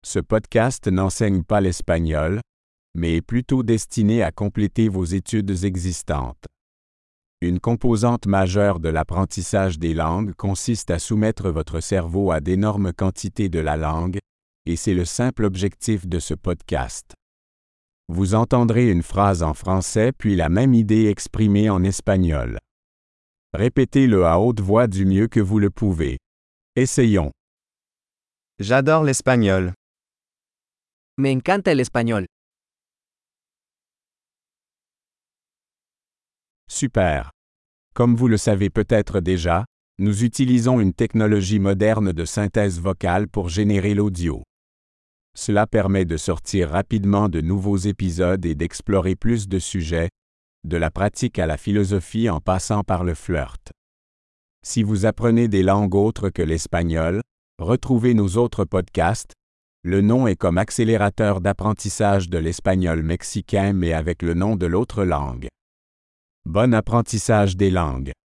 Ce podcast n'enseigne pas l'espagnol, mais est plutôt destiné à compléter vos études existantes. Une composante majeure de l'apprentissage des langues consiste à soumettre votre cerveau à d'énormes quantités de la langue, et c'est le simple objectif de ce podcast. Vous entendrez une phrase en français puis la même idée exprimée en espagnol. Répétez-le à haute voix du mieux que vous le pouvez. Essayons. J'adore l'espagnol. Me encanta el español. Super. Comme vous le savez peut-être déjà, nous utilisons une technologie moderne de synthèse vocale pour générer l'audio. Cela permet de sortir rapidement de nouveaux épisodes et d'explorer plus de sujets, de la pratique à la philosophie en passant par le flirt. Si vous apprenez des langues autres que l'espagnol, retrouvez nos autres podcasts. Le nom est comme accélérateur d'apprentissage de l'espagnol mexicain mais avec le nom de l'autre langue. Bon apprentissage des langues.